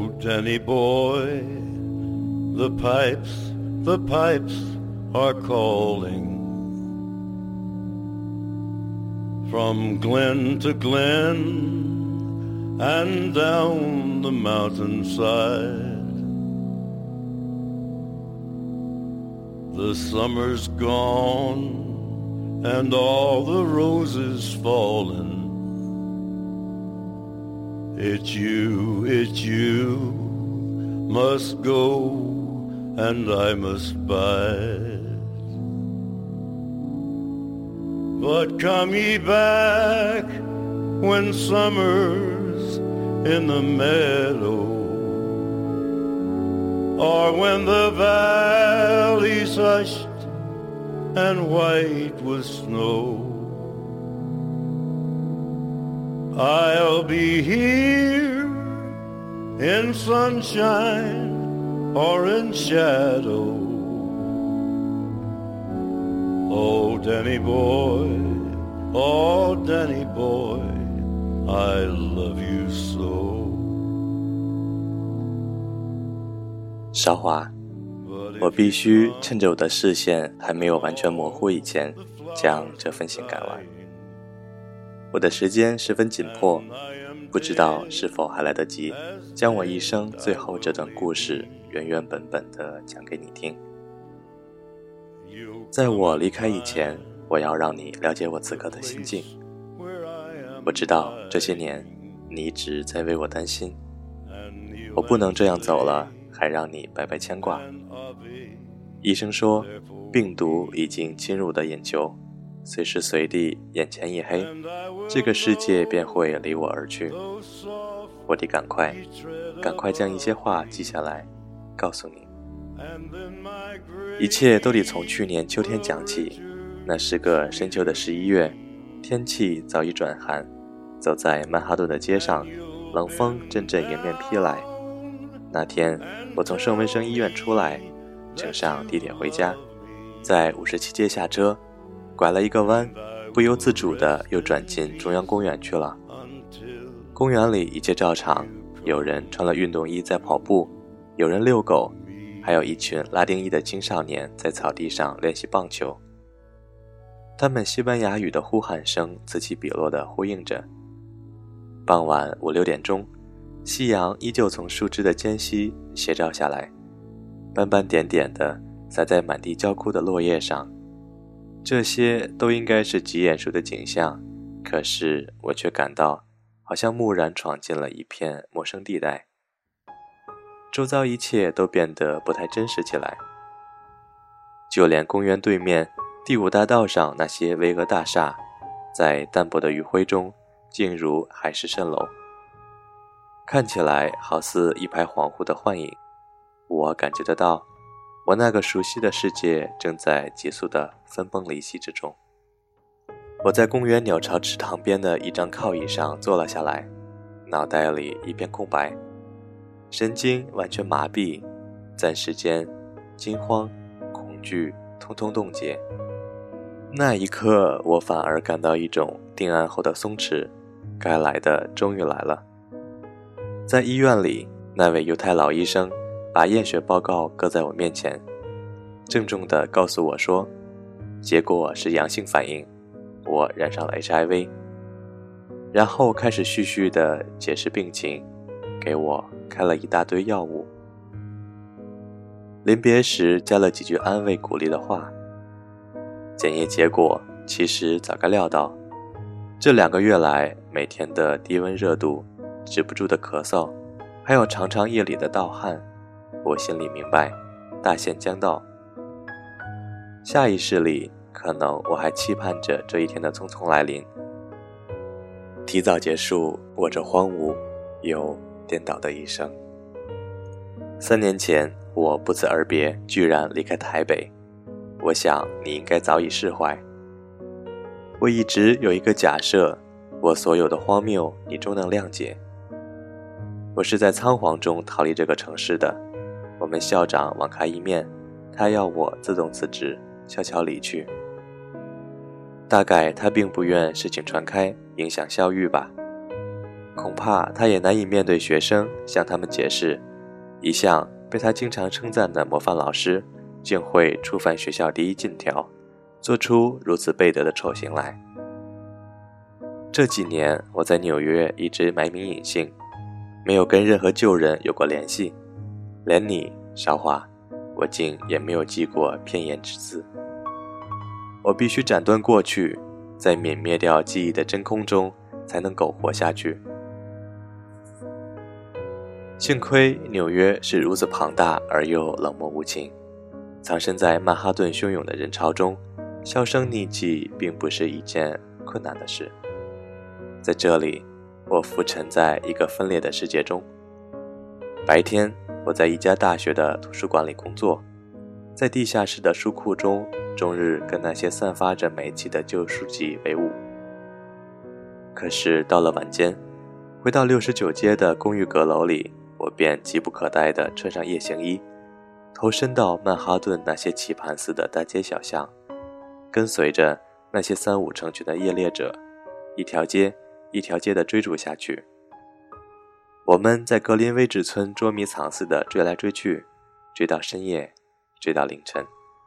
Danny boy, the pipes are calling. From glen to glen and down the mountainside. The summer's gone and all the roses fallen. It's you must go and I must bide. But come ye back when summer's in the meadow, or when the valley's hushed and white with snow. I'll be here in sunshine or in shadow. Oh, Danny boy, oh, Danny boy, I love you so. 韶华，我必须趁着我的视线还没有完全模糊以前，将这份情改完。我的时间十分紧迫，不知道是否还来得及将我一生最后这段故事原原本本地讲给你听。在我离开以前，我要让你了解我此刻的心境。我知道这些年你一直在为我担心，我不能这样走了还让你白白牵挂。医生说病毒已经侵入我的眼球，随时随地眼前一黑，这个世界便会离我而去。我得赶快将一些话记下来告诉你。一切都得从去年秋天讲起，那是个深秋的11月，天气早已转寒，走在曼哈顿的街上，冷风阵阵迎面劈来。那天我从圣文生医院出来，乘上地铁回家，在57街下车，拐了一个弯，不由自主地又转进中央公园去了。公园里一切照常，有人穿了运动衣在跑步，有人遛狗，还有一群拉丁裔的青少年在草地上练习棒球。他们西班牙语的呼喊声此起彼落地呼应着。傍晚5、6点钟，夕阳依旧从树枝的间隙斜照下来，斑斑点点地洒在满地焦枯的落叶上。这些都应该是极眼熟的景象，可是我却感到好像蓦然闯进了一片陌生地带，周遭一切都变得不太真实起来。就连公园对面第5大道上那些巍峨大厦，在淡薄的余晖中竟如海市蜃楼，看起来好似一排恍惚的幻影。我感觉得到，我那个熟悉的世界正在急速的分崩离析之中。我在公园鸟巢池塘边的一张靠椅上坐了下来，脑袋里一片空白，神经完全麻痹，暂时间惊慌恐惧通通冻结。那一刻我反而感到一种定案后的松弛，该来的终于来了。在医院里，那位犹太老医生把验血报告搁在我面前，郑重地告诉我说，结果是阳性反应，我染上了 HIV， 然后开始絮絮地解释病情，给我开了一大堆药物。临别时加了几句安慰鼓励的话。检验结果其实早该料到，这2个月来每天的低温热度，止不住的咳嗽，还有常常夜里的盗汗，我心里明白大限将到。下意识里可能我还期盼着这一天的匆匆来临，提早结束我这荒芜又颠倒的一生。3年前我不辞而别，居然离开台北，我想你应该早已释怀。我一直有一个假设，我所有的荒谬你终能谅解。我是在仓皇中逃离这个城市的，我们校长网开一面，他要我自动辞职，悄悄离去。大概他并不愿事情传开，影响校誉吧。 恐怕他也难以面对学生，向他们解释，一向被他经常称赞的模范老师，竟会触犯学校第一禁条，做出如此背德的丑行来。这几年我在纽约一直埋名隐姓，没有跟任何旧人有过联系，连你，韶华，我竟也没有寄过片言之字。我必须斩断过去，在泯灭掉记忆的真空中才能苟活下去。幸亏纽约是如此庞大而又冷漠无情，藏身在曼哈顿汹涌的人潮中，销声匿迹并不是一件困难的事。在这里，我浮沉在一个分裂的世界中。白天，我在一家大学的图书馆里工作，在地下室的书库中，终日跟那些散发着霉气的旧书籍为伍。可是到了晚间，回到69街的公寓阁楼里，我便急不可待地穿上夜行衣，投身到曼哈顿那些棋盘似的大街小巷，跟随着那些三五成群的夜猎者，一条街一条街地追逐下去。我们在格林威治村捉迷藏似的追来追去，追到深夜，追到凌晨。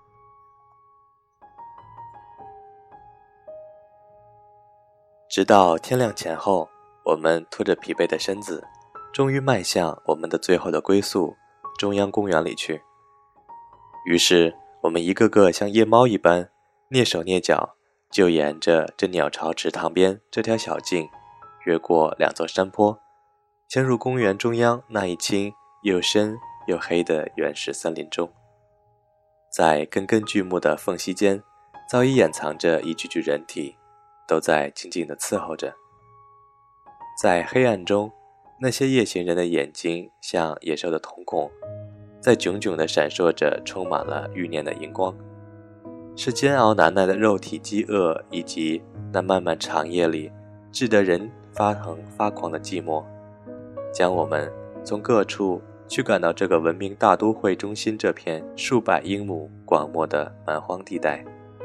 直到天亮前后，我们拖着疲惫的身子，终于迈向我们的最后的归宿——中央公园里去。于是我们一个个像夜猫一般，蹑手蹑脚，就沿着这鸟巢池塘边这条小径，越过2座山坡，潜入公园中央那一清又深又黑的原始森林中。在根根巨木的缝隙间，早已掩藏着一具具人体，都在静静地伺候着。在黑暗中，那些夜行人的眼睛像野兽的瞳孔，在炯炯地闪烁着充满了欲念的荧光，是煎熬难耐的肉体饥饿，以及那漫漫长夜里致得人发疼发狂的寂寞，将我们从各处驱赶到这个文明大都会中心这片数百英亩广袤的蛮荒地带。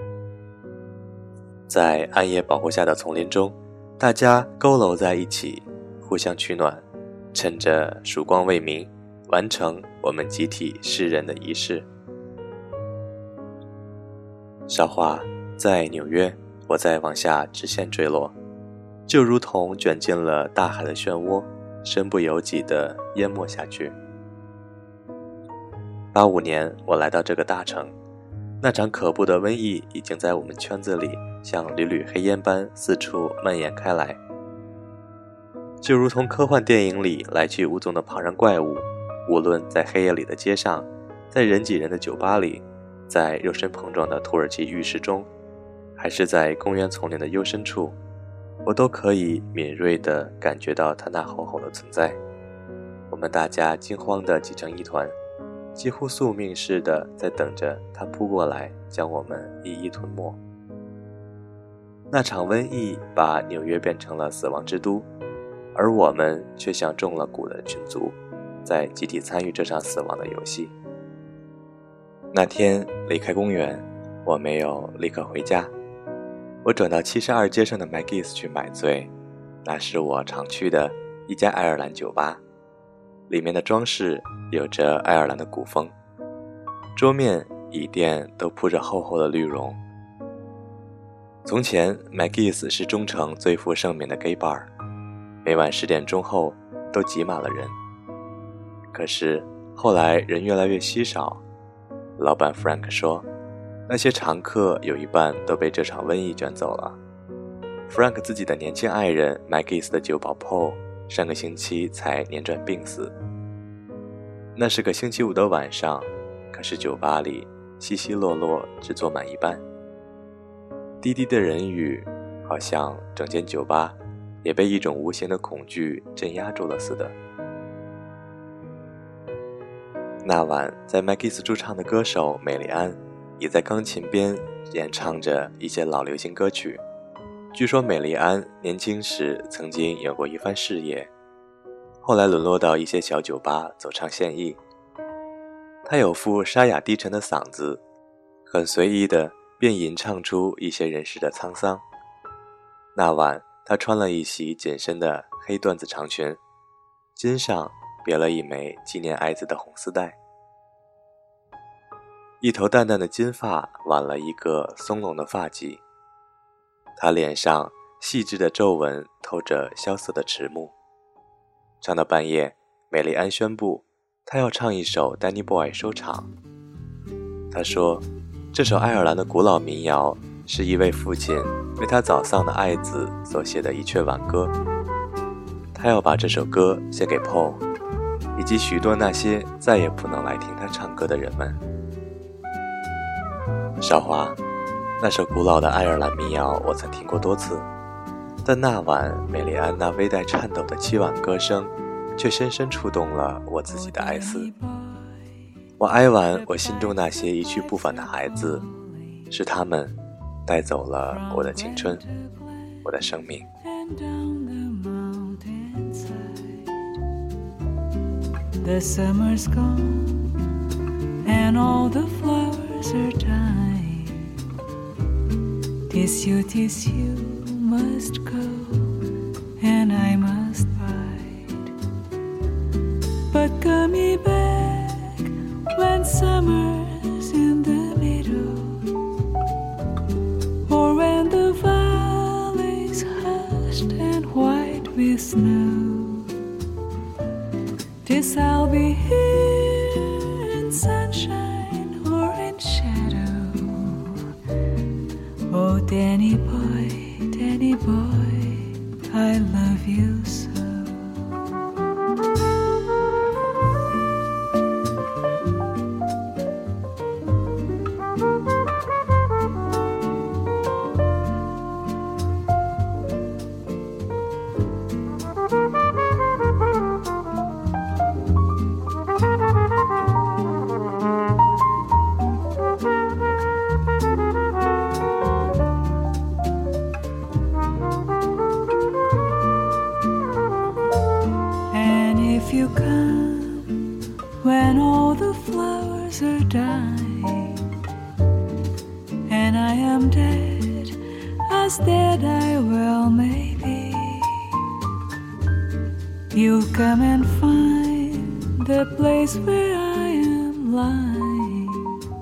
在暗夜保护下的丛林中，大家佝偻在一起，互相取暖，趁着曙光未明，完成我们集体释人的仪式。韶华，在纽约，我在往下直线坠落，就如同卷进了大海的漩涡，身不由己地淹没下去。85年，我来到这个大城，那场可怖的瘟疫已经在我们圈子里像缕缕黑烟般四处蔓延开来，就如同科幻电影里来去无踪的庞然怪物，无论在黑夜里的街上，在人挤人的酒吧里，在肉身碰撞的土耳其浴室中，还是在公园丛林的幽深处，我都可以敏锐地感觉到它那厚厚的存在。我们大家惊慌地挤成一团，几乎宿命似的在等着它扑过来，将我们一一吞没。那场瘟疫把纽约变成了死亡之都，而我们却像中了蛊的群族，在集体参与这场死亡的游戏。那天离开公园，我没有立刻回家，我转到72街上的 McGee's 去买醉，那是我常去的一家爱尔兰酒吧，里面的装饰有着爱尔兰的古风，桌面椅垫都铺着厚厚的绿绒。从前 McGee's 是中城最负盛名的 gay bar， 每晚10点钟后都挤满了人。可是后来人越来越稀少，老板 Frank 说，那些常客有一半都被这场瘟疫卷走了。Frank 自己的年轻爱人 McGee's 的酒保 Paul 上个星期才年转病死。那是个星期五的晚上，可是酒吧里稀稀落落只坐满一半，滴滴的人语好像整间酒吧也被一种无形的恐惧镇压住了似的。那晚在 McGee's 驻唱的歌手美丽安也在钢琴边演唱着一些老流行歌曲。据说美丽安年轻时曾经有过一番事业，后来沦落到一些小酒吧走唱献艺。她有副沙哑低沉的嗓子，很随意的便吟唱出一些人世的沧桑。那晚她穿了一袭紧身的黑缎子长裙，襟上别了一枚纪念爱子的红丝带，一头淡淡的金发挽了一个松拢的发髻，她脸上细致的皱纹透着萧瑟的迟暮。唱到半夜，美丽安宣布她要唱一首 Danny Boy 收场。她说这首爱尔兰的古老民谣是一位父亲为他早丧的爱子所写的一阙挽歌，他要把这首歌献给 Paul 以及许多那些再也不能来听他唱歌的人们。少华，那首古老的爱尔兰民谣我曾听过多次，但那晚美丽安那微带颤抖的凄婉歌声却深深触动了我自己的哀思。我哀完我心中那些一去不返的孩子，是他们带走了我的青春，我的生命。 The summer's gone and all the flowers are dying. 'Tis you, 'tis you must go and I must bide. But come ye back when summer's in the middle, or when the valley's hushed and white with snow. 'Tis I'll be here in sunshine or in shadow. Oh, Danny boy, I love you so. If you come when all the flowers are dying, and I am dead, as dead I well may be, you'll come and find the place where I am lying,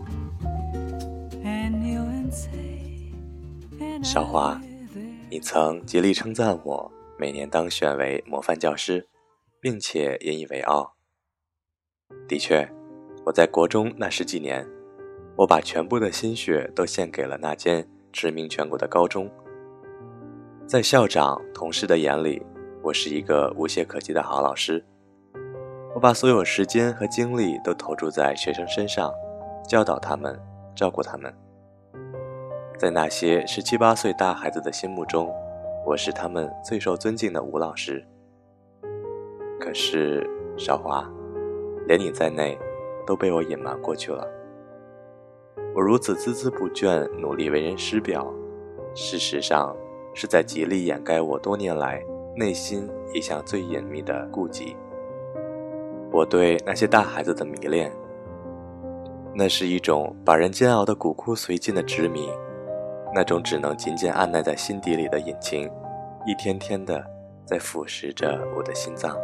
and you'll say, and 少华，你曾极力称赞我每年当选为模范教师，并且引以为傲。的确，我在国中那10几年，我把全部的心血都献给了那间驰名全国的高中。在校长、同事的眼里，我是一个无懈可击的好老师。我把所有时间和精力都投注在学生身上，教导他们，照顾他们。在那些17、18岁大孩子的心目中，我是他们最受尊敬的吴老师。可是少华，连你在内都被我隐瞒过去了。我如此孜孜不倦努力为人师表，事实上是在极力掩盖我多年来内心一向最隐秘的顾忌。我对那些大孩子的迷恋，那是一种把人煎熬的骨枯髓尽的执迷，那种只能紧紧按捺在心底里的隐情，一天天的在腐蚀着我的心脏。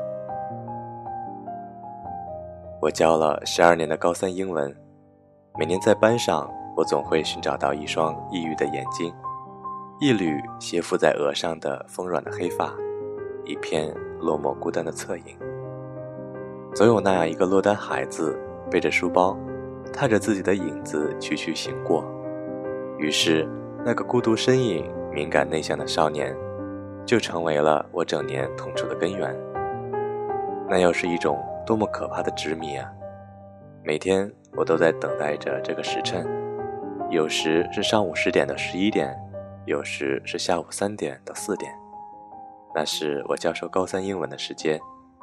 我教了12年的高3英文，每年在班上，我总会寻找到一双抑郁的眼睛，一缕斜附在额上的丰软的黑发，一片落寞孤单的侧影。总有那样一个落单孩子，背着书包，踏着自己的影子区区行过，于是那个孤独身影、敏感内向的少年，就成为了我整年痛楚的根源。那又是一种多么可怕的执迷啊！每天我都在等待着这个时辰，有时是上午10点到11点，有时是下午3点到4点，那是我教授高3英文的时间。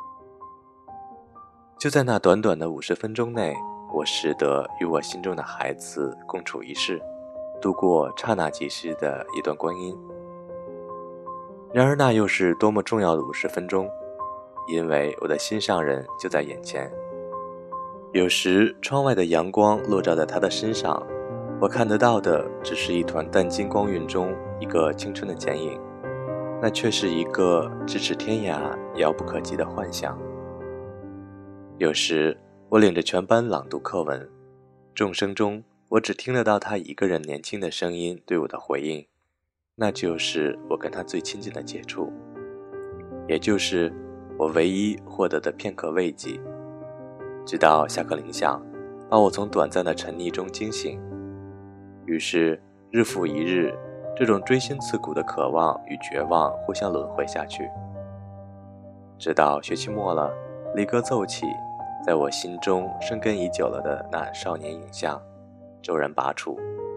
就在那短短的50分钟内，我识得与我心中的孩子共处一室，度过刹那即逝的一段光阴。然而那又是多么重要的50分钟，因为我的心上人就在眼前。有时窗外的阳光落照在他的身上，我看得到的只是一团淡金光晕中一个青春的剪影， 那却是一个咫尺天涯、遥不可及的幻想。有时我领着全班朗读课文，众生中我只听得到他一个人年轻的声音对我的回应，那就是我跟他最亲近的接触，也就是我唯一获得的片刻慰藉。直到下课铃响，把我从短暂的沉溺中惊醒。于是日复一日，这种锥心刺骨的渴望与绝望互相轮回下去，直到学期末了，离歌奏起，在我心中生根已久了的那少年影像骤然拔出。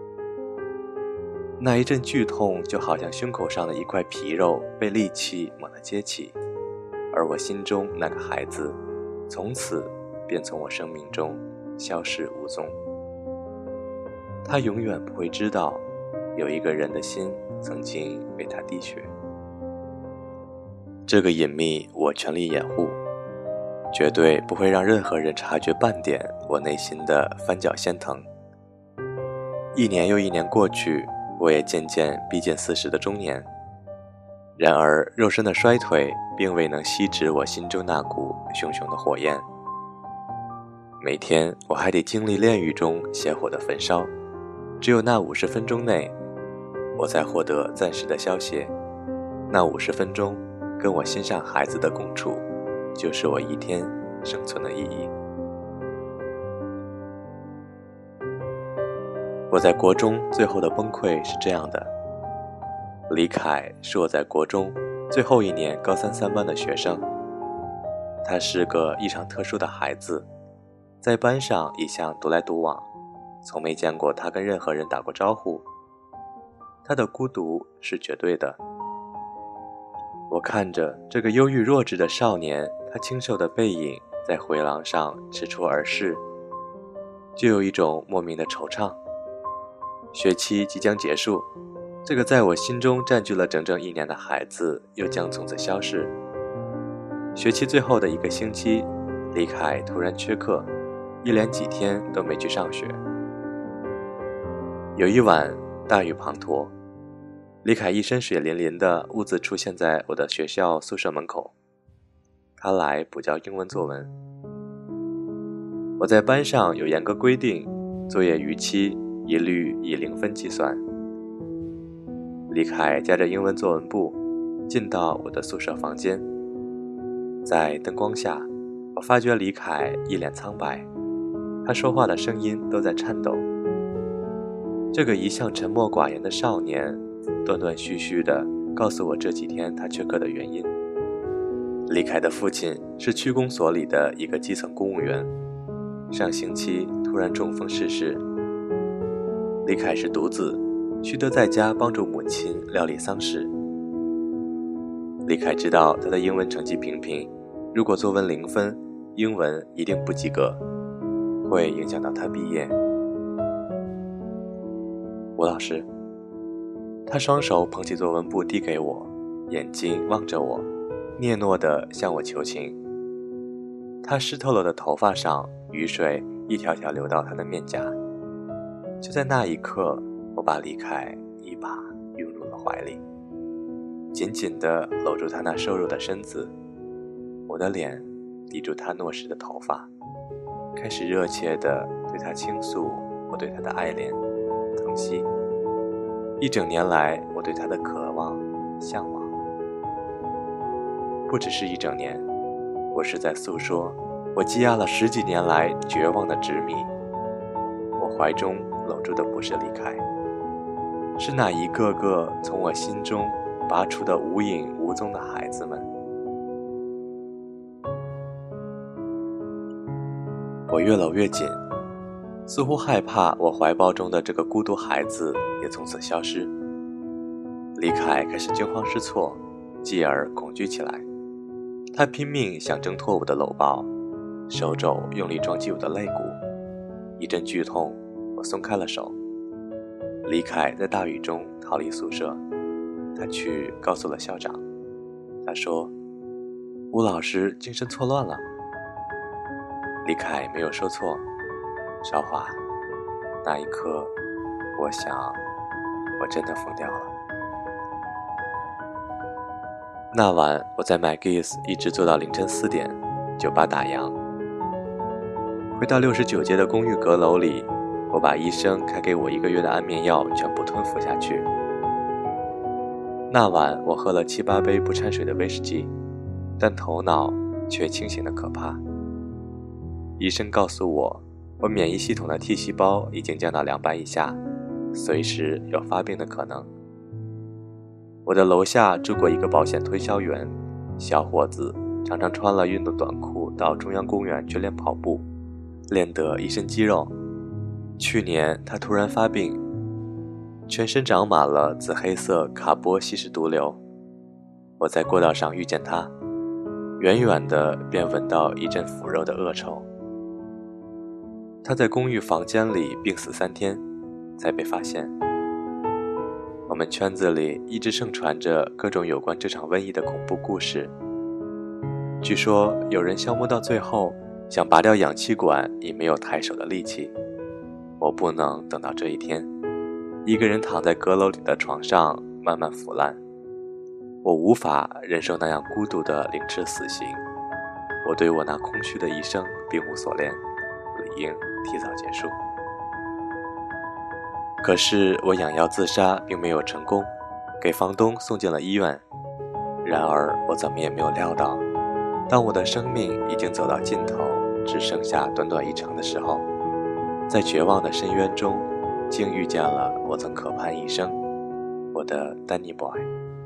那一阵剧痛就好像胸口上的一块皮肉被利器猛地揭起，而我心中那个孩子从此便从我生命中消失无踪。他永远不会知道，有一个人的心曾经为他滴血。这个隐秘我全力掩护，绝对不会让任何人察觉半点我内心的翻搅鲜疼。一年又一年过去，我也渐渐逼近40的中年，然而肉身的衰退并未能熄止我心中那股熊熊的火焰。每天我还得经历炼狱中邪火的焚烧，只有那50分钟内，我才获得暂时的消歇。那50分钟跟我心上孩子的共处，就是我一天生存的意义。我在国中最后的崩溃是这样的：李凯是我在国中最后一年高3 3班的学生，他是个异常特殊的孩子，在班上一向独来独往，从没见过他跟任何人打过招呼。他的孤独是绝对的。我看着这个忧郁弱智的少年，他清瘦的背影在回廊上踟蹰而逝，就有一种莫名的惆怅。学期即将结束，这个在我心中占据了整整1年的孩子又将从此消逝。学期最后的1个星期，李凯突然缺课，一连几天都没去上学。有一晚大雨滂沱，李凯一身水淋淋的兀自出现在我的学校宿舍门口，他来补交英文作文。我在班上有严格规定，作业逾期一律以0分计算。李凯夹着英文作文簿进到我的宿舍房间，在灯光下，我发觉李凯一脸苍白，他说话的声音都在颤抖。这个一向沉默寡言的少年断断续续地告诉我这几天他缺课的原因。李凯的父亲是区公所里的一个基层公务员，上星期突然中风逝世。李凯是独子，需得在家帮助母亲料理丧事。李凯知道他的英文成绩平平，如果作文0分，英文一定不及格，会影响到他毕业。吴老师，他双手捧起作文簿递给我，眼睛望着我，嗫嚅地向我求情。他湿透了的头发上，雨水一条条流到他的面颊。就在那一刻，我把李凯一把拥入了怀里，紧紧地搂住他那瘦弱的身子，我的脸抵住他糯实的头发，开始热切地对他倾诉我对他的爱恋、疼惜，一整年来我对他的渴望、向往。不只是一整年，我是在诉说我积压了10几年来绝望的执迷。我怀中搂住的不是李凯，是那一个个从我心中拔出的无影无踪的孩子们。我越搂越紧，似乎害怕我怀抱中的这个孤独孩子也从此消失。李凯开始惊慌失措，继而恐惧起来。他拼命想挣脱我的搂抱，手肘用力撞击我的肋骨，一阵剧痛，我松开了手。李凯在大雨中逃离宿舍，他去告诉了校长。他说吴老师精神错乱了。李凯没有说错，韶华，那一刻我想我真的疯掉了。 那晚我在 McGee's 一直坐到凌晨4点，酒吧打烊。回到69街的公寓阁楼里，我把医生开给我1个月的安眠药全部吞服下去。那晚我喝了7、8杯不掺水的威士忌，但头脑却清醒得可怕。医生告诉我，我免疫系统的 T 细胞已经降到200以下，随时有发病的可能。我的楼下住过一个保险推销员，小伙子常常穿了运动短裤到中央公园去练跑步，练得一身肌肉。去年他突然发病，全身长满了紫黑色卡波稀释毒瘤。我在过道上遇见他，远远的便闻到一阵腐肉的恶臭。他在公寓房间里病死3天，才被发现。我们圈子里一直盛传着各种有关这场瘟疫的恐怖故事。据说有人消磨到最后，想拔掉氧气管已没有抬手的力气。我不能等到这一天，一个人躺在阁楼里的床上慢慢腐烂。我无法忍受那样孤独的凌迟死刑。我对我那空虚的一生并无所恋，理应提早结束。可是我养药自杀并没有成功，给房东送进了医院。然而我怎么也没有料到，当我的生命已经走到尽头，只剩下短短1程的时候，在绝望的深渊中，竟遇见了我曾渴盼一生，我的 Danny Boy。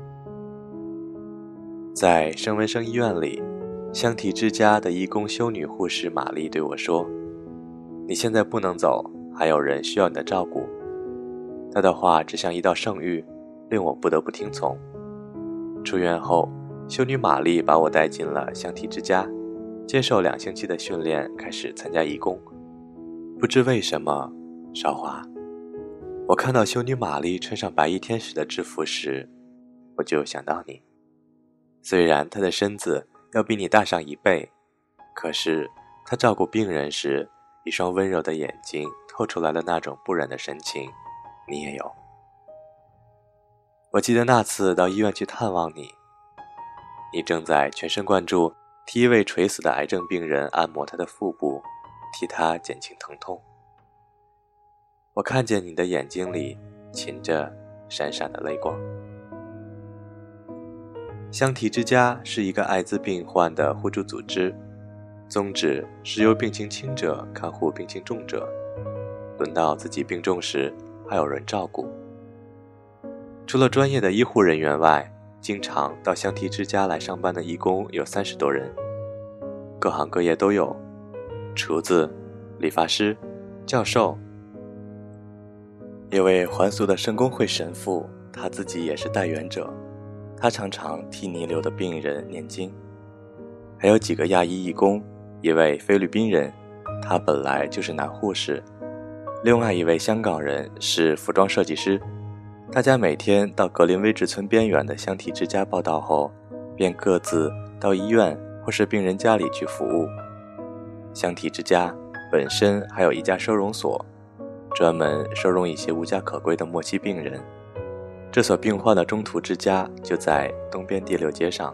在圣文生医院里，香缇之家的义工修女护士玛丽对我说，你现在不能走，还有人需要你的照顾。她的话只像一道圣谕，令我不得不听从。出院后，修女玛丽把我带进了香缇之家，接受2星期的训练，开始参加义工。不知为什么，韶华，我看到修女玛丽穿上白衣天使的制服时，我就想到你。虽然她的身子要比你大上1倍，可是她照顾病人时，一双温柔的眼睛透出来了那种不忍的神情，你也有。我记得那次到医院去探望你，你正在全神贯注替一位垂死的癌症病人按摩他的腹部，替他减轻疼痛。我看见你的眼睛里噙着闪闪的泪光。香缇之家是一个艾滋病患的互助组织，宗旨是由病情轻者看护病情重者，轮到自己病重时还有人照顾。除了专业的医护人员外，经常到香缇之家来上班的义工有30多人，各行各业都有，厨子、理发师、教授。一位还俗的圣公会神父，他自己也是代言者，他常常替弥留的病人念经。还有几个亚裔义工，一位菲律宾人，他本来就是男护士，另外一位香港人是服装设计师。大家每天到格林威治村边缘的香缇之家报到后，便各自到医院或是病人家里去服务。香缇之家本身还有一家收容所，专门收容一些无家可归的末期病人。这所病患的中途之家就在东边第6街上。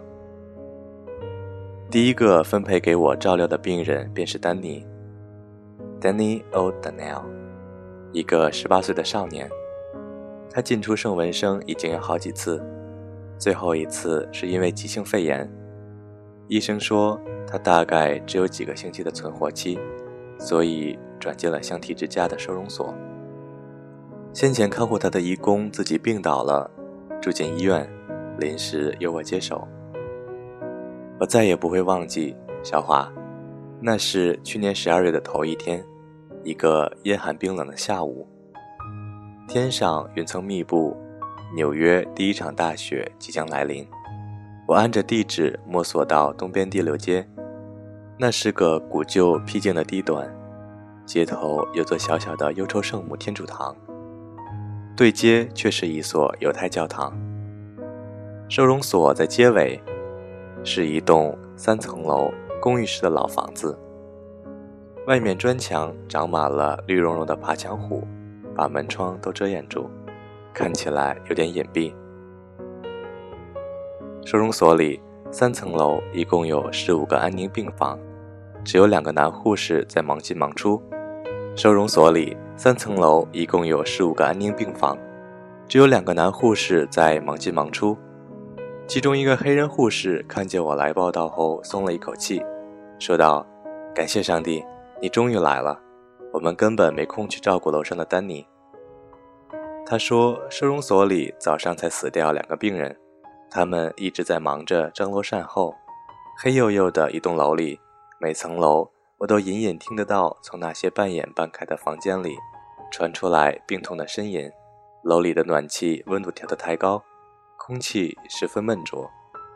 第一个分配给我照料的病人便是丹尼 Danny O'Donnell， 一个18岁的少年。他进出圣文生已经有好几次，最后一次是因为急性肺炎。医生说他大概只有几个星期的存活期，所以转进了香缇之家的收容所。先前看护他的义工自己病倒了，住进医院，临时由我接手。我再也不会忘记，小华，那是去年12月的头一天，一个阴寒冰冷的下午。天上云层密布，纽约第一场大雪即将来临。我按着地址摸索到东边第6街，那是个古旧僻静的地段，街头有座小小的忧愁圣母天主堂，对街却是一所犹太教堂。收容所在街尾，是一栋3层楼公寓式的老房子，外面砖墙长满了绿茸茸的爬墙虎，把门窗都遮掩住，看起来有点隐蔽。 收容所里3层楼一共有15个安宁病房，只有2个男护士在忙进忙出。收容所里3层楼一共有15个安宁病房，只有2个男护士在忙进忙出。其中一个黑人护士看见我来报道后松了一口气，说道：感谢上帝，你终于来了，我们根本没空去照顾楼上的丹尼。他说收容所里早上才死掉2个病人，他们一直在忙着张罗善后。黑黝黝的一栋楼里，每层楼我都隐隐听得到从那些半掩半开的房间里传出来病痛的呻吟。楼里的暖气温度调得太高，空气十分闷浊。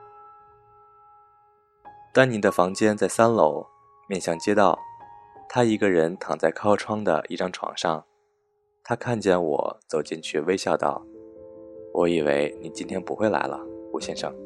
丹尼的房间在3楼，面向街道，他一个人躺在靠窗的一张床上。他看见我走进去，微笑道：我以为你今天不会来了，吴先生。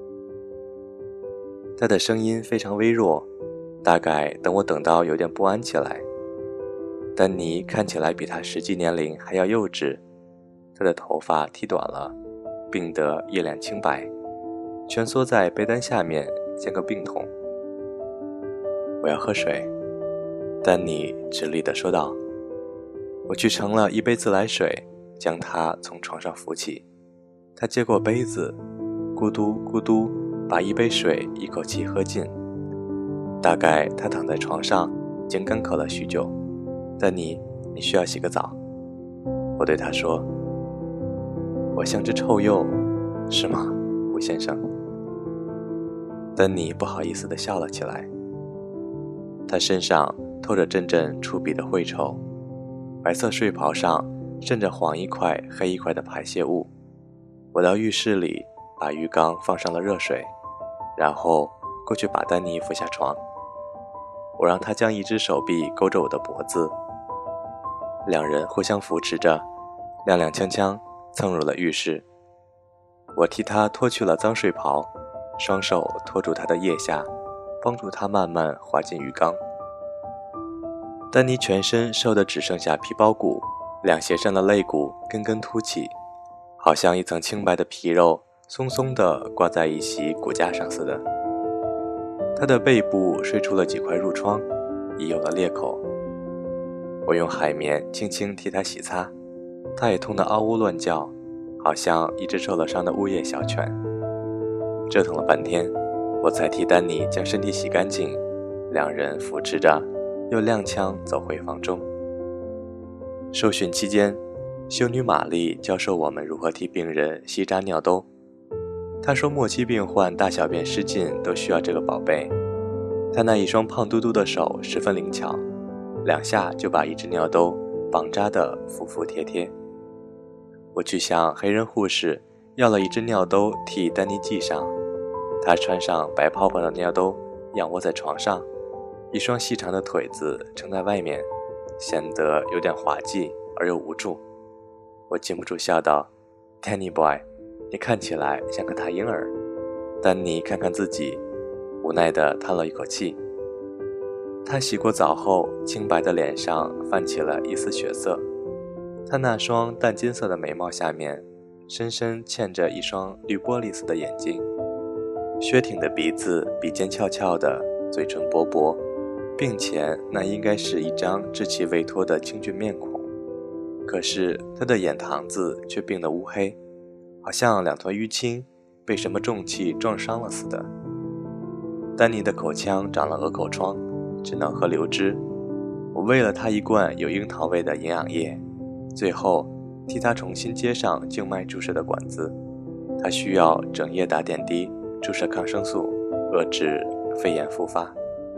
他的声音非常微弱，大概等我等到有点不安起来。丹尼看起来比他实际年龄还要幼稚，他的头发剃短了，病得一脸清白，蜷缩在被单下面像个病童。我要喝水，丹尼直立地说道。我去盛了一杯自来水，将他从床上扶起。他接过杯子，咕嘟咕嘟把一杯水一口气喝尽。大概他躺在床上已经干渴了许久。丹尼，你需要洗个澡。我对他说。我像只臭鼬，是吗，吴先生？丹尼不好意思地笑了起来。他身上透着阵阵出鼻的秽臭，白色睡袍上渗着黄一块黑一块的排泄物。我到浴室里把浴缸放上了热水，然后过去把丹尼扶下床。我让他将一只手臂勾着我的脖子，2人互相扶持着，踉踉跄跄蹭入了浴室。我替他脱去了脏睡袍，双手托住他的腋下，帮助他慢慢滑进浴缸。丹尼全身瘦得只剩下皮包骨，两胁上的肋骨根根凸起，好像一层清白的皮肉松松地挂在一席骨架上似的。他的背部睡出了几块褥疮，已有了裂口。我用海绵轻轻替他洗擦，他也痛得嗷呜乱叫，好像一只受了伤的呜咽小犬。折腾了半天，我才替丹尼将身体洗干净，2人扶持着又踉跄走回房中。受训期间，修女玛丽教授我们如何替病人吸扎尿兜。她说末期病患大小便失禁都需要这个宝贝。她那一双胖嘟嘟的手十分灵巧，2下就把一只尿兜绑扎得服服帖帖。我去向黑人护士要了一只尿兜替丹尼系上，他穿上白泡泡的尿兜，仰卧在床上，一双细长的腿子撑在外面，显得有点滑稽而又无助。我禁不住笑道： Danny boy， 你看起来像个大婴儿。丹尼看看自己，无奈地叹了一口气。他洗过澡后，清白的脸上泛起了一丝血色，他那双淡金色的眉毛下面深深嵌着一双绿玻璃似的眼睛，削挺的鼻子，鼻尖翘翘的，嘴唇薄薄，并且那应该是一张稚气未脱的清俊面孔。可是他的眼膛子却病得乌黑，好像2团淤青被什么重器撞伤了似的。丹尼的口腔长了鹅口疮，只能喝流汁。我喂了他一罐有樱桃味的营养液，最后替他重新接上静脉注射的管子。他需要整夜打点滴，注射抗生素，遏制肺炎复发。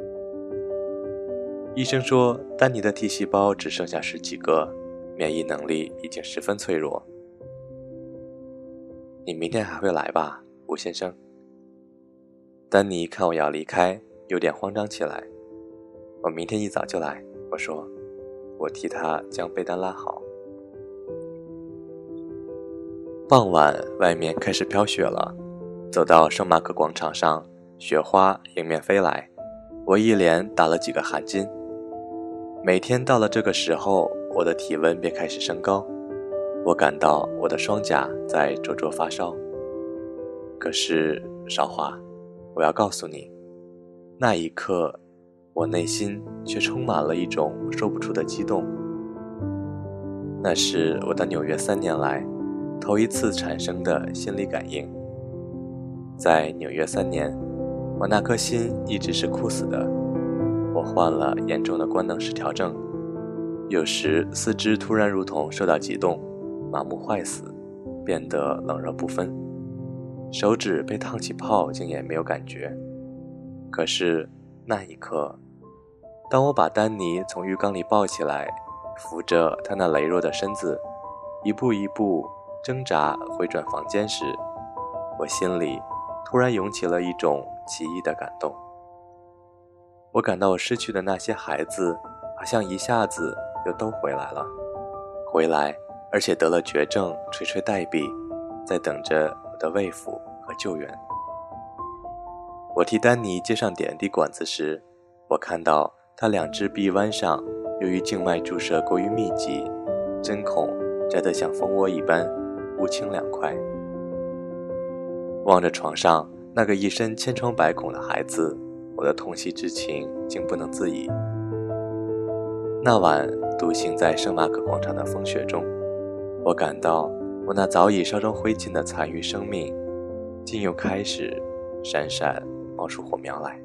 医生说丹尼的 T 细胞只剩下10几个，免疫能力已经十分脆弱。你明天还会来吧，吴先生？丹尼看我要离开，有点慌张起来。我明天一早就来，我说。我替他将被单拉好。傍晚，外面开始飘雪了，走到圣马可广场上，雪花迎面飞来，我一连打了几个寒噤。每天到了这个时候，我的体温便开始升高，我感到我的双颊在灼灼发烧。 可是少华，我要告诉你，那一刻我内心却充满了一种说不出的激动。那是我到纽约3年来头一次产生的心理感应。在纽约3年，我那颗心一直是枯死的。我患了严重的官能失调症，有时四肢突然如同受到激动，麻木坏死，变得冷热不分，手指被烫起泡竟也没有感觉。可是那一刻，当我把丹尼从浴缸里抱起来，扶着他那羸弱的身子，一步一步挣扎回转房间时，我心里突然涌起了一种奇异的感动。我感到我失去的那些孩子好像一下子又都回来了，而且得了绝症，垂垂待毙，在等着我的慰抚和救援。我替丹尼接上点滴管子时，我看到他2只臂弯上由于静脉注射过于密集，针孔摘得像蜂窝一般乌青2块。望着床上那个一身千疮百孔的孩子，我的痛惜之情竟不能自已。那晚独行在圣马可广场的风雪中，我感到我那早已烧成灰烬的残余生命竟又开始闪闪冒出火苗来。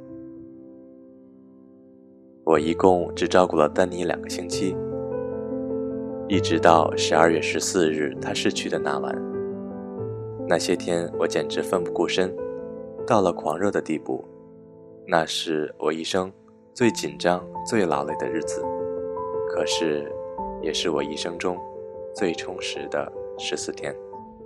我一共只照顾了丹尼2个星期，一直到12月14日他逝去的那晚。那些天我简直奋不顾身，到了狂热的地步。那是我一生最紧张最劳累的日子，可是也是我一生中最充实的14天。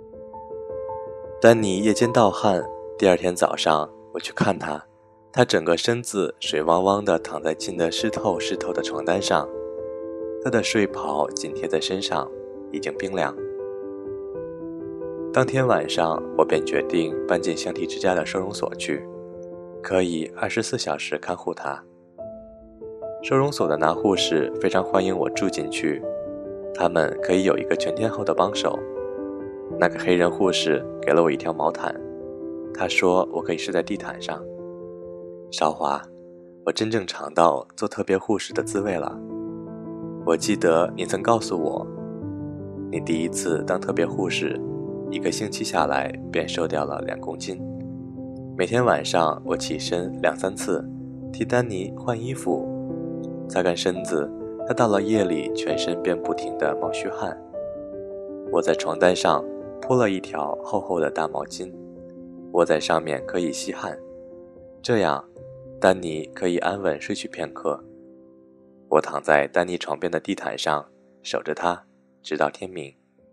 丹尼夜间盗汗，第2天早上我去看他，他整个身子水汪汪地躺在浸得湿透的床单上，他的睡袍紧贴在身上，已经冰凉。当天晚上我便决定搬进香缇之家的收容所去，可以24小时看护他。收容所的男护士非常欢迎我住进去，他们可以有一个全天候的帮手。那个黑人护士给了我一条毛毯，他说我可以睡在地毯上。少华，我真正尝到做特别护士的滋味了。我记得你曾告诉我，你第一次当特别护士1个星期下来便瘦掉了2公斤。每天晚上我起身2-3次，替丹尼换衣服，擦干身子，他到了夜里全身便不停地冒虚汗。我在床单上铺了一条厚厚的大毛巾，窝在上面可以吸汗，这样丹尼可以安稳睡去片刻。我躺在丹尼床边的地毯上守着他，直到天明。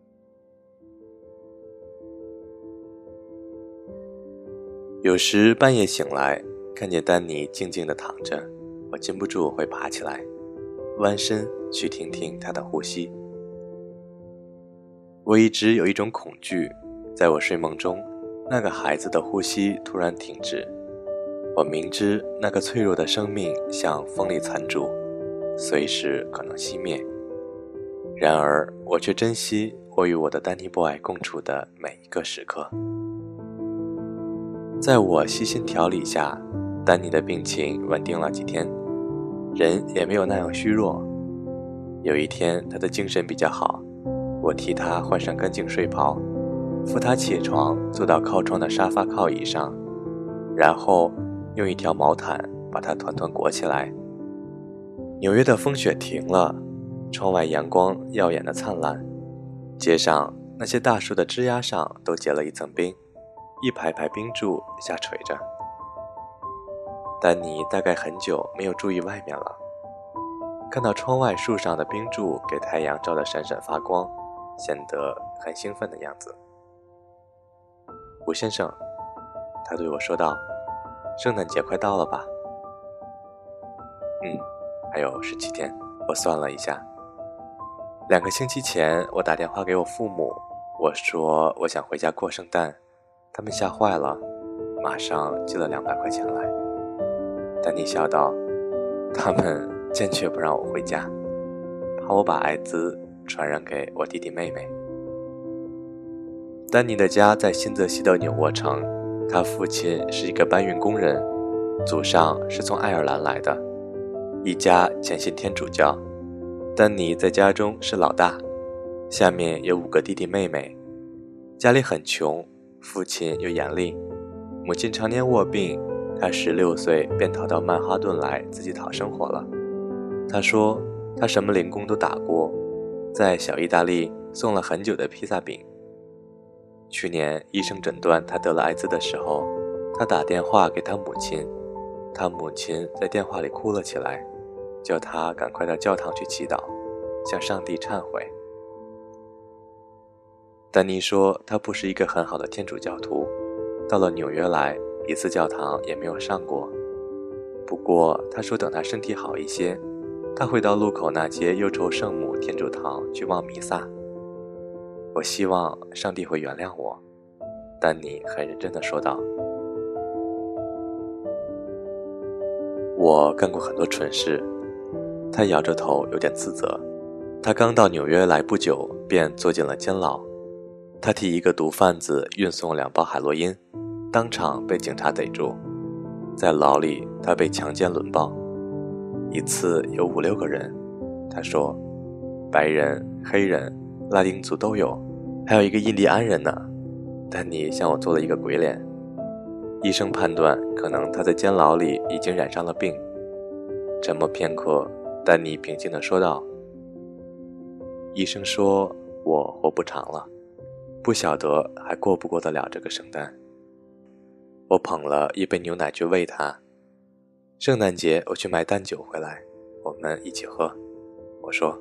有时半夜醒来，看见丹尼静静地躺着，我禁不住会爬起来，弯身去听听他的呼吸。我一直有一种恐惧，在我睡梦中，那个孩子的呼吸突然停止。我明知那个脆弱的生命像风里残烛，随时可能熄灭，然而我却珍惜我与我的丹尼 boy 共处的每一个时刻。在我悉心调理下，丹尼的病情稳定了几天，人也没有那样虚弱。有一天他的精神比较好，我替他换上干净睡袍，扶他起床，坐到靠窗的沙发靠椅上，然后用一条毛毯把他团团裹起来。纽约的风雪停了，窗外阳光耀眼的灿烂，街上那些大树的枝桠上都结了一层冰，一排排冰柱下垂着。丹尼大概很久没有注意外面了，看到窗外树上的冰柱给太阳照得闪闪发光，显得很兴奋的样子。吴先生，他对我说道，圣诞节快到了吧？还有17天。我算了一下，2个星期前我打电话给我父母，我说我想回家过圣诞，他们吓坏了，马上寄了200块钱来。丹尼笑道，他们坚决不让我回家，怕我把艾滋传染给我弟弟妹妹。丹尼的家在新泽西的纽沃城， 他父亲是一个搬运工人，祖上是从爱尔兰来的，一家虔信天主教。丹尼在家中是老大，下面有5个弟弟妹妹。家里很穷，父亲又严厉，母亲常年卧病，他16岁便逃到曼哈顿来自己讨生活了。他说他什么零工都打过，在小意大利送了很久的披萨饼。去年医生诊断他得了艾滋的时候，他打电话给他母亲，他母亲在电话里哭了起来，叫他赶快到教堂去祈祷，向上帝忏悔。丹尼说他不是一个很好的天主教徒，到了纽约来一次教堂也没有上过。不过他说等他身体好一些，他会到路口那间忧愁圣母天主堂去望弥撒。我希望上帝会原谅我，丹尼很认真地说道。我干过很多蠢事，他摇着头有点自责。他刚到纽约来不久，便坐进了监牢。他替一个毒贩子运送2包海洛因，当场被警察逮住。在牢里他被强奸轮暴，一次有5、6个人。他说白人、黑人、拉丁族都有，还有一个印第安人呢。丹尼向我做了一个鬼脸。医生判断可能他在监牢里已经染上了病。沉默片刻，丹尼平静地说道，医生说我活不长了，不晓得还过不过得了这个圣诞。我捧了一杯牛奶去喂他。圣诞节我去买淡酒回来，我们一起喝。我说。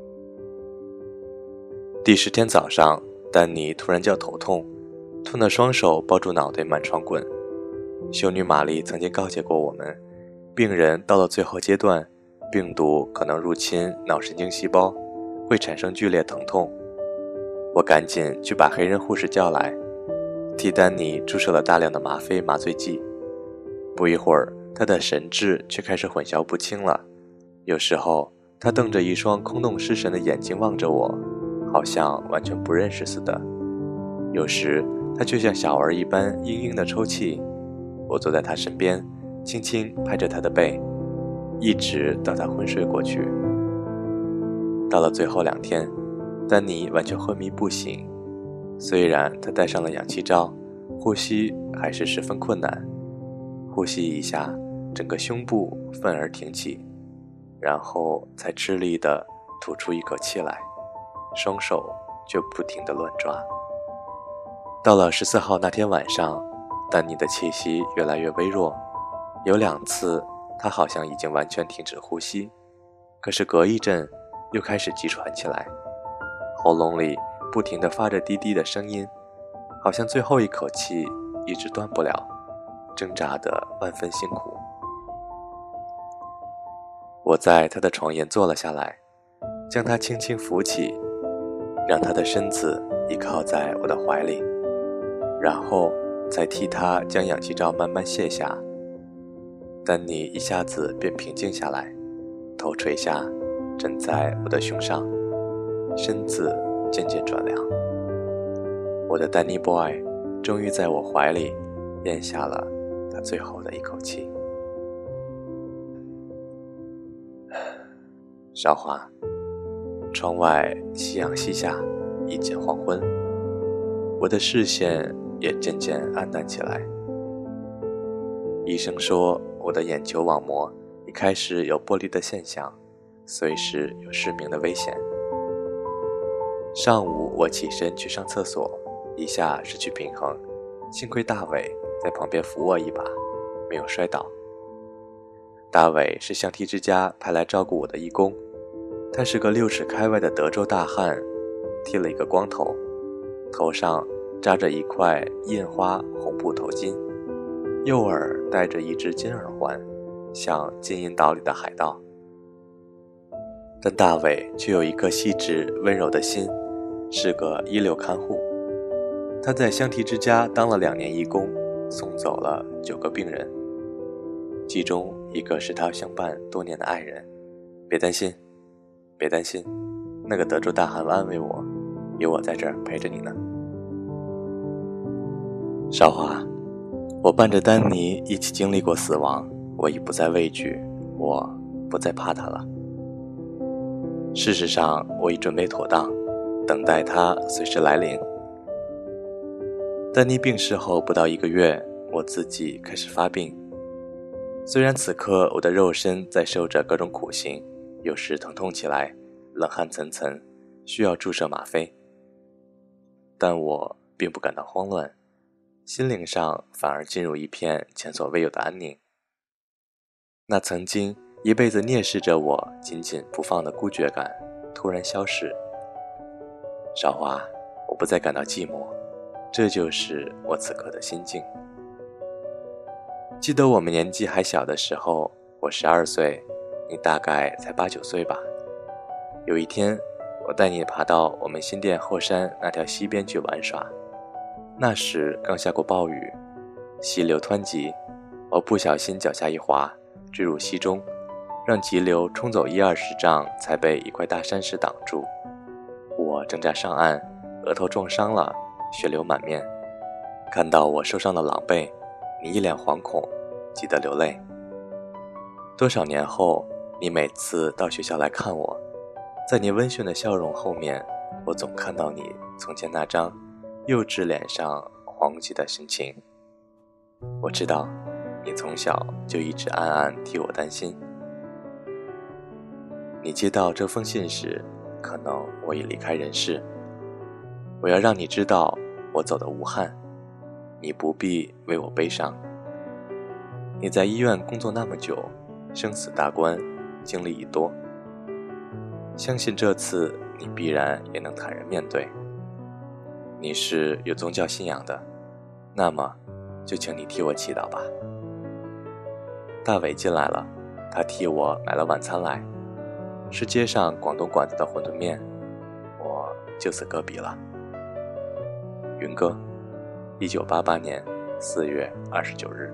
第10天早上，丹尼突然叫头痛，痛得双手抱住脑袋满床滚。修女玛丽曾经告诫过我们，病人到了最后阶段，病毒可能入侵脑神经细胞，会产生剧烈疼痛。我赶紧去把黑人护士叫来，替丹尼注射了大量的吗啡麻醉剂。不一会儿，他的神志却开始混淆不清了。有时候他瞪着一双空洞失神的眼睛望着我，好像完全不认识似的。有时他却像小儿一般嘤嘤地抽泣。我坐在他身边，轻轻拍着他的背，一直到他昏睡过去。到了最后2天，丹尼完全昏迷不醒，虽然他戴上了氧气罩，呼吸还是十分困难。呼吸一下，整个胸部愤而挺起，然后才吃力地吐出一口气来，双手却不停地乱抓。到了14号那天晚上，丹尼的气息越来越微弱，有2次他好像已经完全停止呼吸，可是隔一阵又开始急喘起来，喉咙里不停地发着低低的声音，好像最后一口气一直断不了，挣扎得万分辛苦。我在他的床沿坐了下来，将他轻轻扶起，让他的身子依靠在我的怀里，然后再替他将氧气罩慢慢卸下。丹尼一下子便平静下来，头垂下，枕在我的胸上，身子渐渐转凉。我的丹尼 boy 终于在我怀里咽下了他最后的一口气。韶华，窗外夕阳西下，已近黄昏，我的视线也渐渐暗淡起来。医生说我的眼球网膜一开始有剥离的现象，随时有失明的危险。上午我起身去上厕所，一下失去平衡，幸亏大伟在旁边扶我一把，没有摔倒。大伟是橡皮之家派来照顾我的义工，他是个6尺开外的德州大汉，剃了一个光头，头上扎着一块印花红布头巾，右耳戴着一只金耳环，像金银岛里的海盗。但大伟却有一颗细致温柔的心，是个一流看护。他在橡皮之家当了2年义工，送走了9个病人，其中一个是他相伴多年的爱人。别担心，别担心，那个德州大汉安慰我，有我在这儿陪着你呢。少华， 我伴着丹尼一起经历过死亡，我已不再畏惧，我不再怕他了。事实上，我已准备妥当，等待他随时来临。丹尼病逝后不到1个月，我自己开始发病。虽然此刻我的肉身在受着各种苦刑，有时疼痛起来，冷汗涔涔，需要注射吗啡，但我并不感到慌乱，心灵上反而进入一片前所未有的安宁。那曾经一辈子蔑视着我紧紧不放的孤绝感突然消逝。韶华，我不再感到寂寞，这就是我此刻的心境。记得我们年纪还小的时候，我12岁，你大概才8、9岁吧。有一天，我带你爬到我们新店后山那条溪边去玩耍。那时刚下过暴雨，溪流湍急，我不小心脚下一滑，坠入溪中，让急流冲走10-20丈，才被一块大山石挡住。我挣扎上岸，额头撞伤了，血流满面。看到我受伤的狼狈，你一脸惶恐，急得流泪。多少年后，你每次到学校来看我，在你温驯的笑容后面，我总看到你从前那张幼稚脸上惶急的神情。我知道，你从小就一直暗暗替我担心。你接到这封信时，可能我已离开人世。我要让你知道，我走得无憾，你不必为我悲伤。你在医院工作那么久，生死大关，经历已多，相信这次你必然也能坦然面对。你是有宗教信仰的，那么就请你替我祈祷吧。大伟进来了，他替我买了晚餐来，是街上广东馆子的馄饨面，我就此搁笔了。云哥，1988年4月29日。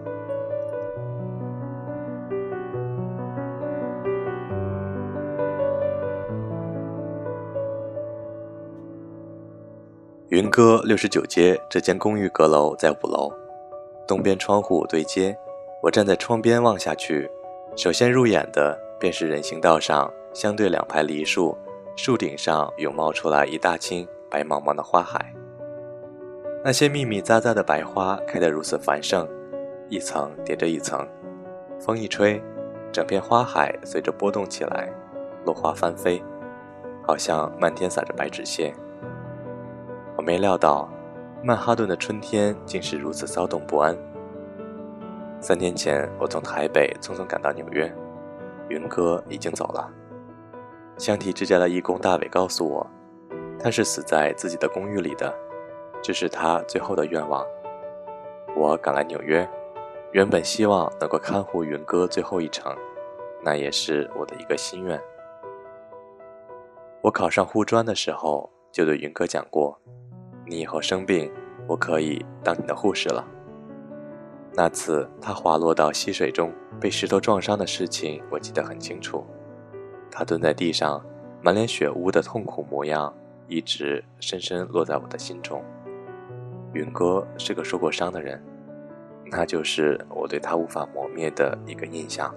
云哥69街这间公寓阁楼在5楼，东边窗户对街，我站在窗边望下去，首先入眼的便是人行道上相对2排梨树，树顶上涌冒出来一大青白茫茫的花海。那些密密匝匝的白花开得如此繁盛，一层叠着一层，风一吹，整片花海随着波动起来，落花翻飞，好像漫天撒着白纸屑。我没料到曼哈顿的春天竟是如此骚动不安。3天前我从台北匆匆赶到纽约，云哥已经走了。香缇之家的义工大伟告诉我，他是死在自己的公寓里的，这是他最后的愿望。我赶来纽约，原本希望能够看护云哥最后一程，那也是我的一个心愿。我考上护专的时候就对云哥讲过，你以后生病，我可以当你的护士了。那次他滑落到溪水中被石头撞伤的事情我记得很清楚，他蹲在地上满脸血污的痛苦模样一直深深落在我的心中。云哥是个受过伤的人，那就是我对他无法磨灭的一个印象。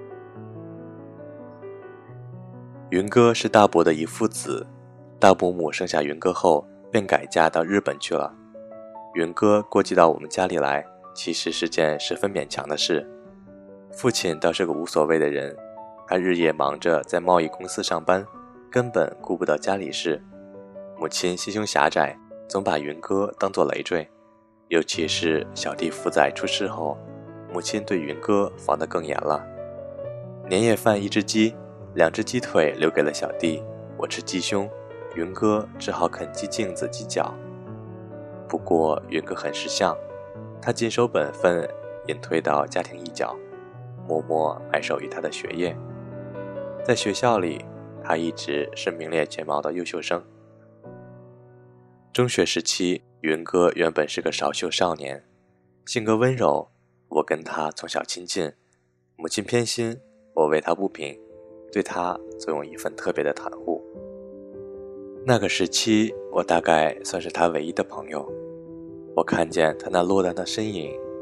云哥是大伯的遗腹子，大伯母生下云哥后便改嫁到日本去了。云哥过继到我们家里来，其实是件十分勉强的事。父亲倒是个无所谓的人，他日夜忙着在贸易公司上班，根本顾不到家里事。母亲心胸狭窄，总把云哥当作累赘，尤其是小弟福仔出事后，母亲对云哥防得更严了。年夜饭1只鸡，2只鸡腿留给了小弟，我吃鸡胸，云哥只好啃鸡颈子鸡脚。不过云哥很识相，他谨守本分，隐退到家庭一角，默默埋首于他的学业。在学校里，他一直是名列前茅的优秀生。中学时期，云哥原本是个少秀少年，性格温柔，我跟他从小亲近，母亲偏心，我为他不平，对他总有一份特别的袒护。那个时期，我大概算是他唯一的朋友。我看见他那落单的身影，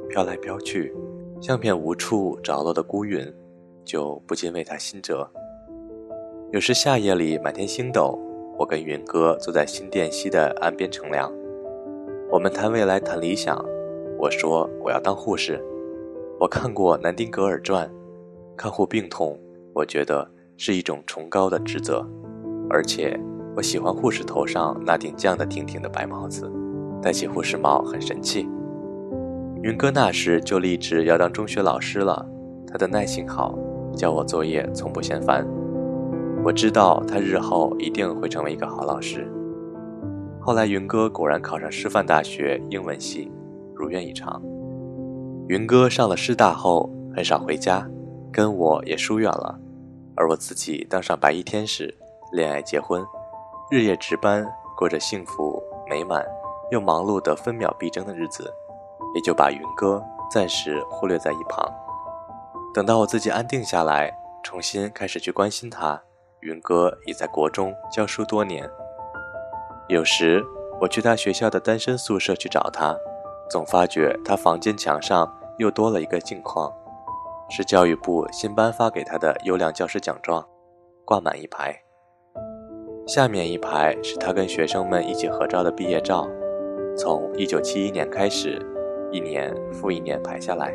飘来飘去，像片无处着落的孤云，就不禁为他心折。有时夏夜里满天星斗，我跟云哥坐在新店西的岸边乘凉，我们谈未来谈理想。我说我要当护士，我看过南丁格尔传，看护病痛我觉得是一种崇高的职责，而且我喜欢护士头上那顶降得挺挺的白帽子，戴起护士帽很神气。云哥那时就立志要当中学老师了，他的耐性好，教我作业从不嫌烦。我知道他日后一定会成为一个好老师。后来云哥果然考上师范大学英文系，如愿以偿。云哥上了师大后很少回家，跟我也疏远了，而我自己当上白衣天使，恋爱结婚，日夜值班，过着幸福美满又忙碌的分秒必争的日子，也就把云哥暂时忽略在一旁。等到我自己安定下来，重新开始去关心他，云哥已在国中教书多年。有时我去他学校的单身宿舍去找他，总发觉他房间墙上又多了一个镜框，是教育部新颁发给他的优良教师奖状，挂满一排。下面一排是他跟学生们一起合照的毕业照，从1971年开始，一年复一年排下来。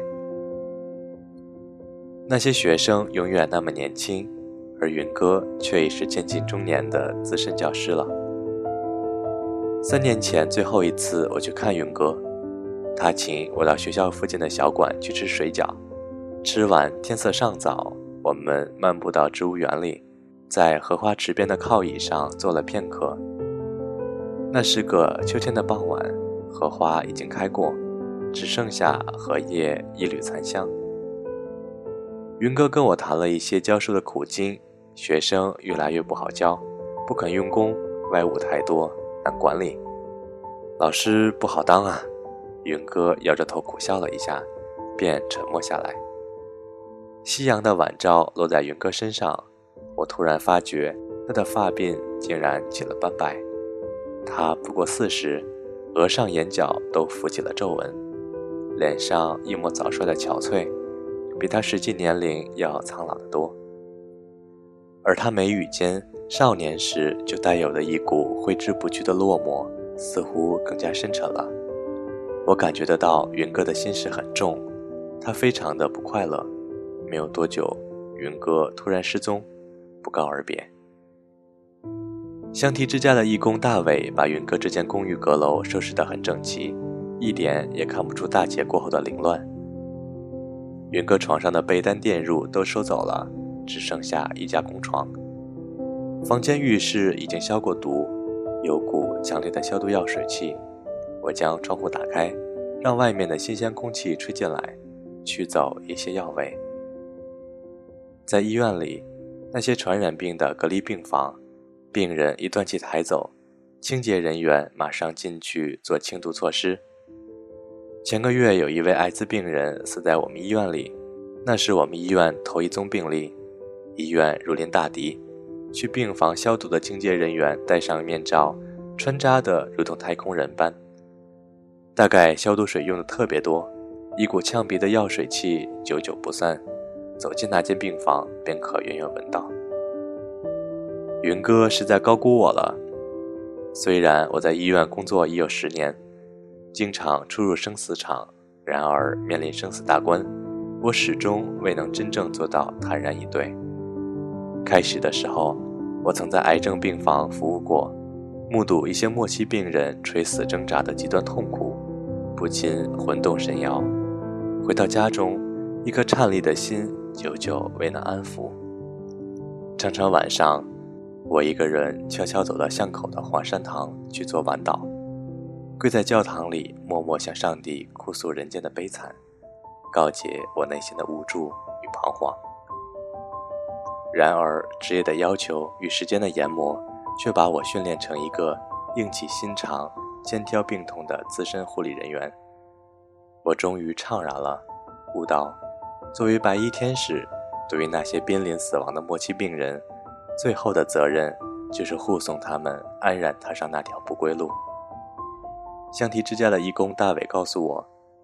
那些学生永远那么年轻，而云哥却已是渐近中年的资深教师了。3年前最后一次我去看云哥，他请我到学校附近的小馆去吃水饺，吃完天色尚早，我们漫步到植物园里，在荷花池边的靠椅上坐了片刻。那是个秋天的傍晚，荷花已经开过，只剩下荷叶一缕残香。云哥跟我谈了一些教书的苦经，学生越来越不好教，不肯用功，外务太多，难管理，老师不好当啊。云哥摇着头苦笑了一下，便沉默下来。夕阳的晚照落在云哥身上，我突然发觉他的发鬓竟然起了斑白。他不过40，额上眼角都浮起了皱纹，脸上一抹早衰的憔悴，比他实际年龄要苍老得多。而他眉宇间少年时就带有的一股挥之不去的落寞，似乎更加深沉了。我感觉得到云哥的心事很重，他非常的不快乐。没有多久，云哥突然失踪，不告而别。香堤之家的义工大伟把云哥这间公寓阁楼收拾得很整齐，一点也看不出大劫过后的凌乱。云哥床上的被单垫褥都收走了，只剩下一架空床。房间浴室已经消过毒，有股强烈的消毒药水气。我将窗户打开，让外面的新鲜空气吹进来，驱走一些药味。在医院里，那些传染病的隔离病房，病人一断气抬走，清洁人员马上进去做清毒措施。前个月有一位艾滋病人死在我们医院里，那是我们医院头一宗病例。医院如临大敌，去病房消毒的清洁人员戴上面罩，穿扎的如同太空人般。大概消毒水用的特别多，一股呛鼻的药水气久久不散，走进那间病房便可远远闻到。云哥实在高估我了。虽然我在医院工作已有10年，经常出入生死场，然而面临生死大关，我始终未能真正做到坦然以对。开始的时候，我曾在癌症病房服务过，目睹一些末期病人垂死挣扎的极端痛苦，不禁魂动神摇。回到家中，一颗颤栗的心久久未能安抚。常常晚上，我一个人悄悄走到巷口的华山堂去做晚祷，跪在教堂里默默向上帝哭诉人间的悲惨，告解我内心的无助与彷徨。然而职业的要求与时间的研磨却把我训练成一个硬气心肠、肩挑病痛的资深护理人员。我终于怅然了，悟到作为白衣天使，对于那些濒临死亡的末期病人，最后的责任就是护送他们安然踏上那条不归路。香堤之家的义工大伟告诉我，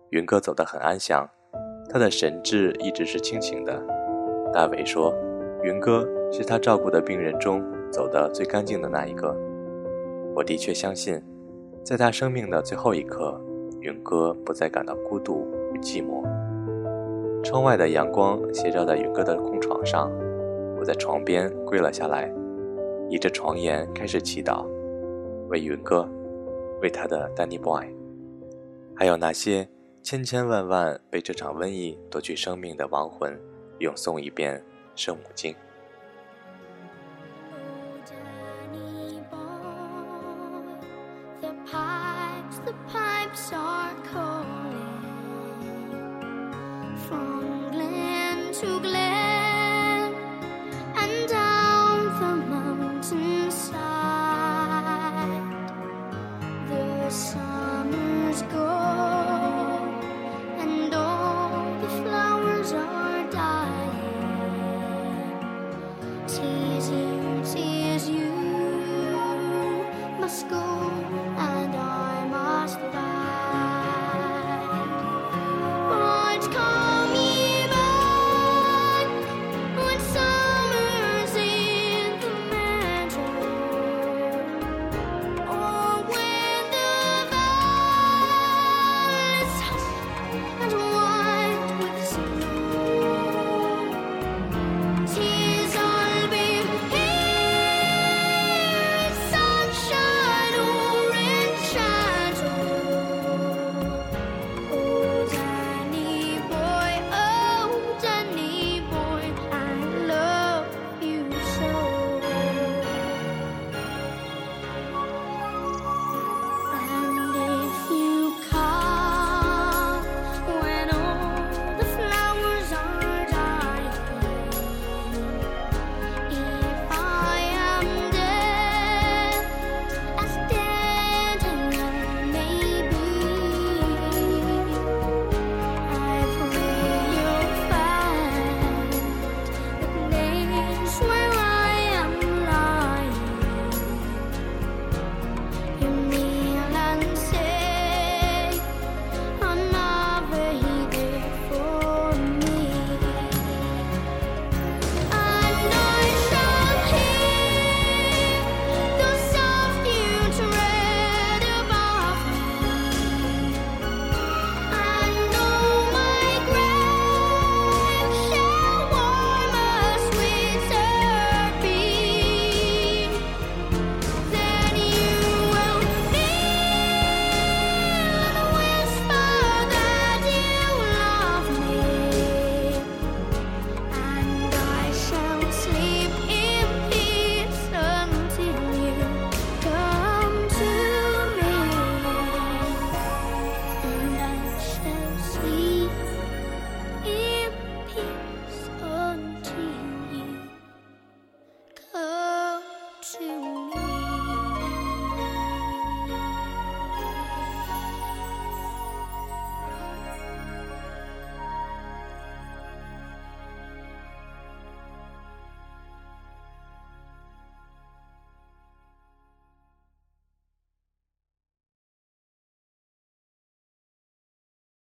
云哥走得很安详，他的神志一直是清醒的。大伟说，云哥是他照顾的病人中走得最干净的那一个。我的确相信，在他生命的最后一刻，云哥不再感到孤独与寂寞。窗外的阳光斜照在云哥的空床上，我在床边跪了下来，倚着床沿开始祈祷，为云哥，为他的 Danny Boy， 还有那些千千万万被这场瘟疫夺去生命的亡魂，咏诵一遍圣母经。